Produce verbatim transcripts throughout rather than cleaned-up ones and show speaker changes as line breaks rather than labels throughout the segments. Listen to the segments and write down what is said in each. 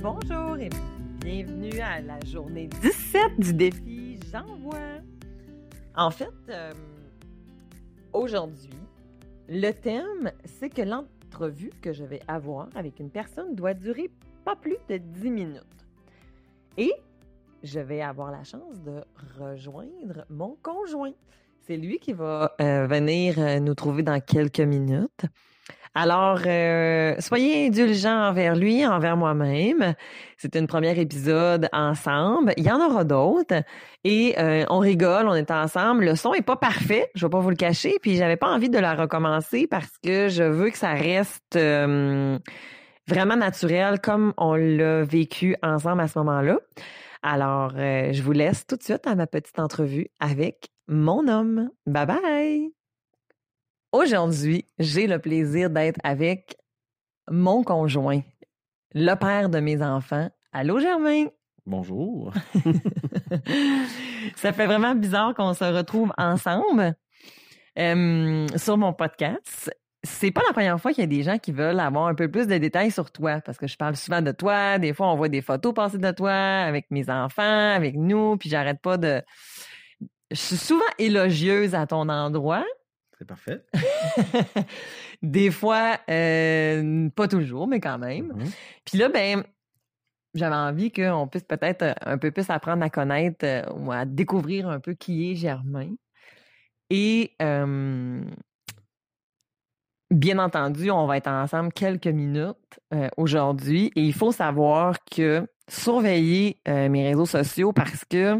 Bonjour et bienvenue à la journée dix-sept du défi J'envoie. En fait, euh, aujourd'hui, le thème, c'est que l'entrevue que je vais avoir avec une personne doit durer pas plus de dix minutes. Et je vais avoir la chance de rejoindre mon conjoint. C'est lui qui va euh, venir euh, nous trouver dans quelques minutes. Alors, euh, soyez indulgents envers lui, envers moi-même. C'est un premier épisode ensemble. Il y en aura d'autres. Et euh, on rigole, on est ensemble. Le son est pas parfait, je vais pas vous le cacher. Puis j'avais pas envie de la recommencer parce que je veux que ça reste euh, vraiment naturel comme on l'a vécu ensemble à ce moment-là. Alors, euh, je vous laisse tout de suite à ma petite entrevue avec mon homme. Bye bye! Aujourd'hui, j'ai le plaisir d'être avec mon conjoint, le père de mes enfants. Allô, Germain?
Bonjour.
Ça fait vraiment bizarre qu'on se retrouve ensemble euh, sur mon podcast. C'est pas la première fois qu'il y a des gens qui veulent avoir un peu plus de détails sur toi, parce que je parle souvent de toi. Des fois, on voit des photos passer de toi avec mes enfants, avec nous, puis j'arrête pas de... Je suis souvent élogieuse à ton endroit.
C'est parfait.
Des fois, euh, pas toujours, mais quand même.
Mm-hmm.
Puis là, ben, j'avais envie qu'on puisse peut-être un peu plus apprendre à connaître euh, ou à découvrir un peu qui est Germain. Et euh, bien entendu, on va être ensemble quelques minutes euh, aujourd'hui. Et il faut savoir que surveiller euh, mes réseaux sociaux parce que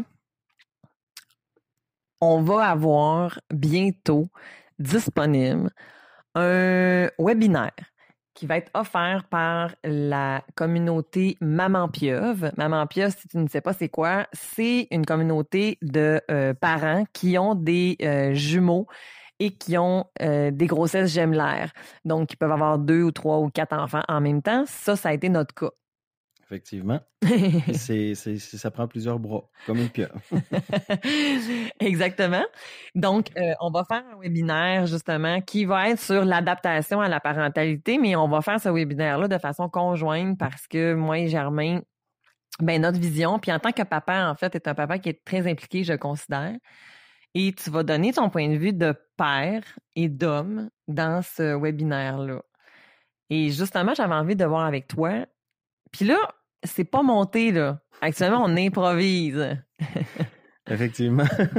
on va avoir bientôt disponible un webinaire qui va être offert par la communauté Maman Pieuvre. Maman Pieuvre, si tu ne sais pas c'est quoi, c'est une communauté de euh, parents qui ont des euh, jumeaux et qui ont euh, des grossesses gemelaires. Donc, ils peuvent avoir deux ou trois ou quatre enfants en même temps. Ça, ça a été notre cas.
Effectivement. c'est, c'est, c'est, ça prend plusieurs bras, comme une pieuvre.
Exactement. Donc, euh, on va faire un webinaire, justement, qui va être sur l'adaptation à la parentalité, mais on va faire ce webinaire-là de façon conjointe parce que moi et Germain, ben notre vision, puis en tant que papa, en fait, est un papa qui est très impliqué, je considère, et tu vas donner ton point de vue de père et d'homme dans ce webinaire-là. Et justement, j'avais envie de voir avec toi. Puis là, c'est pas monté, là. Actuellement, on improvise.
Effectivement.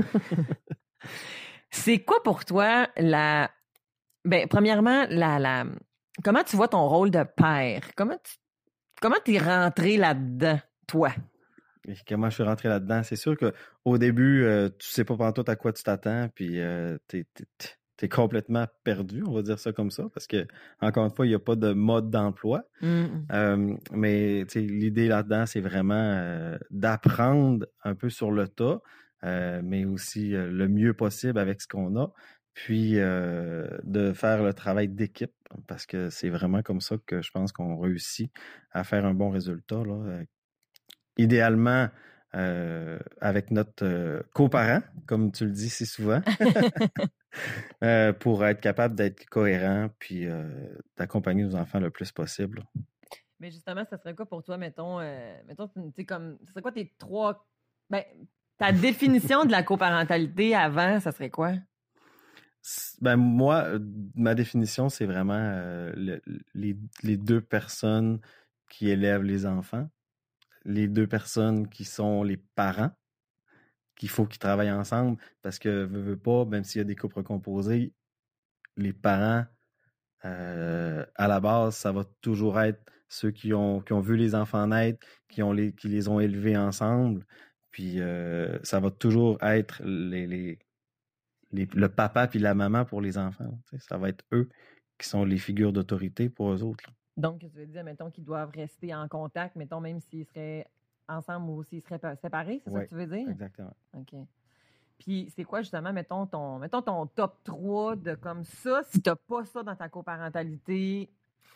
C'est quoi pour toi la... Ben, premièrement, la, la... comment tu vois ton rôle de père? Comment tu comment t'es rentré là-dedans, toi?
Et comment je suis rentré là-dedans? C'est sûr qu'au début, euh, tu sais pas pantoute à quoi tu t'attends, puis euh, t'es, t'es, t'es complètement perdu, on va dire ça comme ça, parce que, encore une fois, il n'y a pas de mode d'emploi.
Mm.
Euh, mais l'idée là-dedans, c'est vraiment euh, d'apprendre un peu sur le tas, euh, mais aussi euh, le mieux possible avec ce qu'on a, puis euh, de faire le travail d'équipe, parce que c'est vraiment comme ça que je pense qu'on réussit à faire un bon résultat, là. Euh, idéalement, euh, avec notre euh, coparent, comme tu le dis si souvent, euh, pour être capable d'être cohérent puis euh, d'accompagner nos enfants le plus possible.
Mais justement, ça serait quoi pour toi, mettons, euh, mettons, tu sais, comme, ça serait quoi tes trois, ben, ta définition de la coparentalité avant, ça serait quoi?
Ben moi, ma définition, c'est vraiment euh, le, les, les deux personnes qui élèvent les enfants, les deux personnes qui sont les parents, qu'il faut qu'ils travaillent ensemble, parce que, veux, veux pas, même s'il y a des couples recomposés, les parents, euh, à la base, ça va toujours être ceux qui ont, qui ont vu les enfants naître, qui, ont les, qui les ont élevés ensemble, puis euh, ça va toujours être les... les Les, le papa puis la maman pour les enfants. Ça va être eux qui sont les figures d'autorité pour eux autres. Là.
Donc, tu veux dire, mettons, qu'ils doivent rester en contact, mettons, même s'ils seraient ensemble ou s'ils seraient séparés, c'est
oui,
ça que tu veux dire?
Exactement.
OK. Puis, c'est quoi, justement, mettons ton, mettons ton top trois de comme ça, si tu n'as pas ça dans ta coparentalité,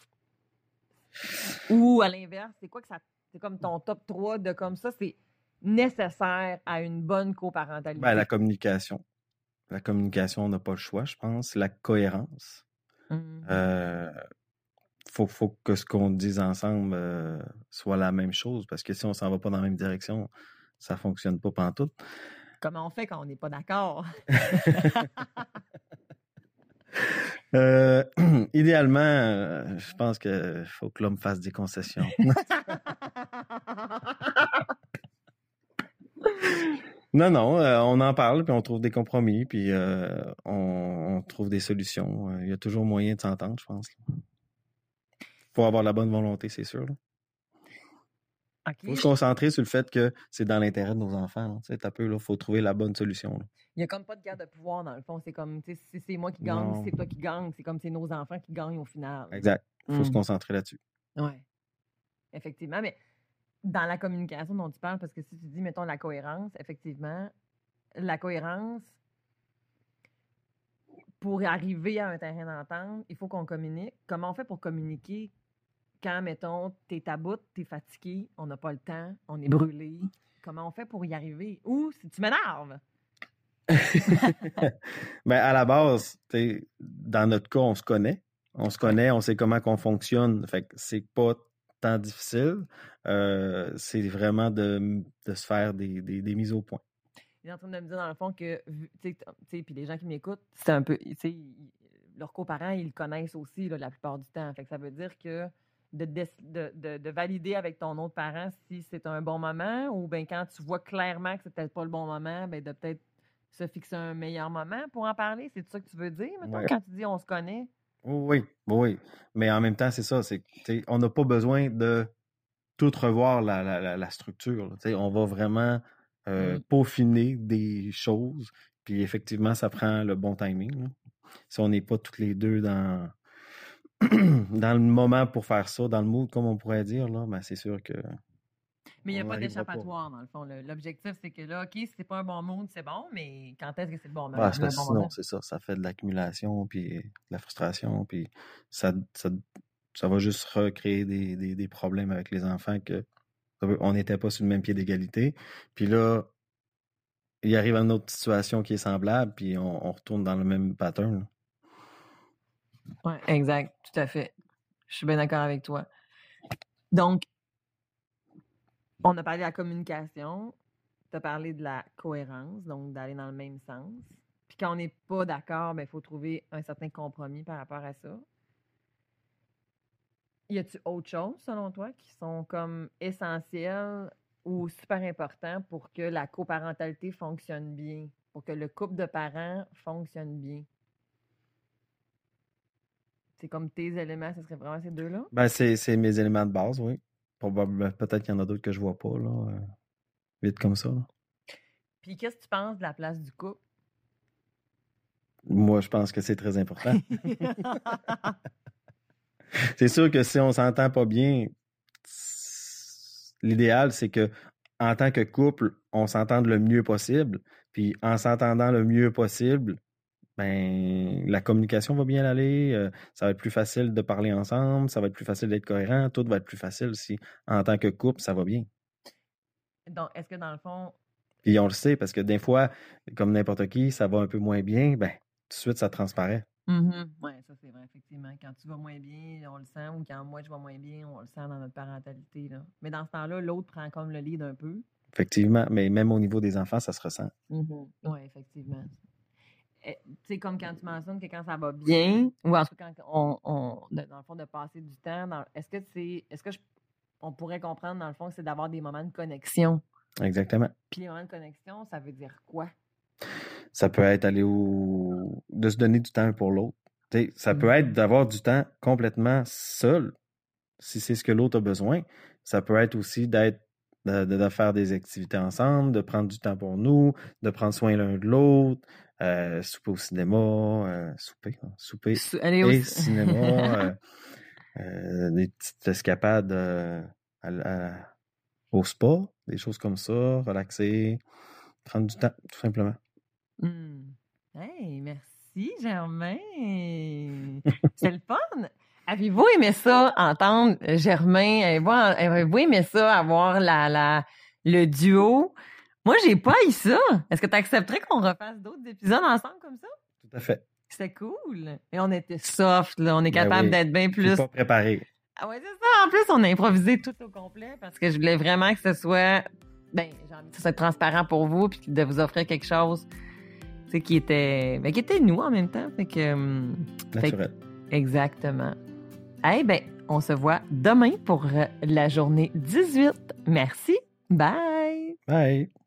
ou à l'inverse, c'est quoi que ça... C'est comme ton top trois de comme ça, c'est nécessaire à une bonne coparentalité?
Ben, la communication. La communication, on n'a pas le choix, je pense. La cohérence.
Mm-hmm.
Euh, faut, faut que ce qu'on dise ensemble euh, soit la même chose, parce que si on s'en va pas dans la même direction, ça fonctionne pas pantoute.
Comment on fait quand on n'est pas d'accord?
euh, idéalement, euh, je pense qu'il faut que l'homme fasse des concessions. Non, non, euh, on en parle, puis on trouve des compromis, puis euh, on, on trouve des solutions. Il y a toujours moyen de s'entendre, je pense. Il faut avoir la bonne volonté, c'est sûr. Il okay. faut se concentrer sur le fait que c'est dans l'intérêt de nos enfants. Il faut trouver la bonne solution. Là.
Il n'y a comme pas de guerre de pouvoir, dans le fond. C'est comme, si c'est moi qui gagne, si c'est toi qui gagne, c'est comme c'est nos enfants qui gagnent au final.
Exact. Il faut mm. se concentrer là-dessus.
Oui. Effectivement, mais dans la communication dont tu parles, parce que si tu dis, mettons, la cohérence, effectivement, la cohérence, pour arriver à un terrain d'entente, il faut qu'on communique. Comment on fait pour communiquer quand, mettons, t'es à bout, t'es fatigué, on n'a pas le temps, on est brûlé? Comment on fait pour y arriver? Ou si tu m'énerves?
Ben, à la base, dans notre cas, on se connaît. On se connaît, on sait comment qu'on fonctionne. Fait que c'est pas tant difficile. Euh, c'est vraiment de, de se faire des, des, des mises au point.
Il est en train de me dire, dans le fond, que, tu sais, puis les gens qui m'écoutent, c'est un peu, tu sais, leurs coparents, ils le connaissent aussi, là, la plupart du temps. Fait que ça veut dire que de, de, de, de valider avec ton autre parent si c'est un bon moment, ou bien quand tu vois clairement que c'est peut-être pas le bon moment, bien de peut-être se fixer un meilleur moment pour en parler. C'est ça que tu veux dire, mettons, ouais. Quand tu dis on se connaît?
Oui, oui. Mais en même temps, c'est ça. C'est, on n'a pas besoin de tout revoir la, la, la, la structure. Là. On va vraiment euh, mm. peaufiner des choses. Puis effectivement, ça prend le bon timing. Là. Si on n'est pas tous les deux dans, dans le moment pour faire ça, dans le mood, comme on pourrait dire, là, ben c'est sûr que...
Mais il n'y a pas d'échappatoire, pas. Dans le fond. L'objectif, c'est que là, OK, si c'est pas un bon mood, c'est bon, mais quand est-ce que c'est le bon moment?
Ah, c'est bon sinon, moment? C'est ça. Ça fait de l'accumulation, puis de la frustration, puis ça, ça, ça va juste recréer des, des, des problèmes avec les enfants que on n'était pas sur le même pied d'égalité. Puis là, il arrive une autre situation qui est semblable, puis on, on retourne dans le même pattern.
Oui, exact. Tout à fait. Je suis bien d'accord avec toi. Donc, on a parlé de la communication, tu as parlé de la cohérence, donc d'aller dans le même sens. Puis quand on n'est pas d'accord, il faut trouver un certain compromis par rapport à ça. Y a-tu autre chose, selon toi, qui sont comme essentielles ou super importants pour que la coparentalité fonctionne bien, pour que le couple de parents fonctionne bien? C'est comme tes éléments, ce serait vraiment ces deux-là?
Ben, c'est, c'est mes éléments de base, oui. Probablement, peut-être qu'il y en a d'autres que je vois pas, là, euh, vite comme ça. Là.
Puis qu'est-ce que tu penses de la place du couple?
Moi, je pense que c'est très important. C'est sûr que si on s'entend pas bien, l'idéal, c'est que en tant que couple, on s'entende le mieux possible. Puis en s'entendant le mieux possible, ben la communication va bien aller, euh, ça va être plus facile de parler ensemble, ça va être plus facile d'être cohérent, tout va être plus facile si en tant que couple, ça va bien.
Donc, est-ce que dans le fond...
Puis on le sait, parce que des fois, comme n'importe qui, ça va un peu moins bien, ben tout de suite, ça transparaît.
Mm-hmm. Oui, ça c'est vrai, effectivement. Quand tu vas moins bien, on le sent, ou quand moi je vais moins bien, on le sent dans notre parentalité. Là. Mais dans ce temps-là, l'autre prend comme le lead un peu.
Effectivement, mais même au niveau des enfants, ça se ressent.
Mm-hmm. Oui, effectivement. Tu sais, comme quand tu mentionnes que quand ça va bien, ou en tout cas quand on, on dans le fond, de passer du temps, dans, est-ce que c'est, est-ce que je, on pourrait comprendre dans le fond que c'est d'avoir des moments de connexion?
Exactement.
Puis les moments de connexion, ça veut dire quoi?
Ça peut être aller au... de se donner du temps pour l'autre. T'sais, ça peut être d'avoir du temps complètement seul, si c'est ce que l'autre a besoin. Ça peut être aussi d'être de, de, de faire des activités ensemble, de prendre du temps pour nous, de prendre soin l'un de l'autre, euh, souper au cinéma, euh, souper, hein, souper Sou- et au... cinéma, euh, euh, des petites escapades euh, à, à, au spa, des choses comme ça, relaxer, prendre du temps, tout simplement.
Mm. Hey, merci Germain. C'est le fun. Avez-vous aimé ça, entendre Germain? Avez-vous aimé ça, avoir la, la, le duo? Moi, j'ai pas eu ça. Est-ce que tu accepterais qu'on refasse d'autres épisodes ensemble comme ça?
Tout à fait.
C'était cool. Et on était soft, là. On est
Ben
capable
oui.
d'être bien
Puis
plus.
pas préparé.
Ah ouais, c'est ça. En plus, on a improvisé tout au complet parce que je voulais vraiment que ce soit, ben, j'ai envie que ce soit transparent pour vous puis de vous offrir quelque chose, tu sais, qui était, ben, qui était nous en même temps. Fait que, hum, fait que-
Naturel.
exactement. Eh ben, on se voit demain pour euh, la journée dix-huit. Merci. Bye.
Bye.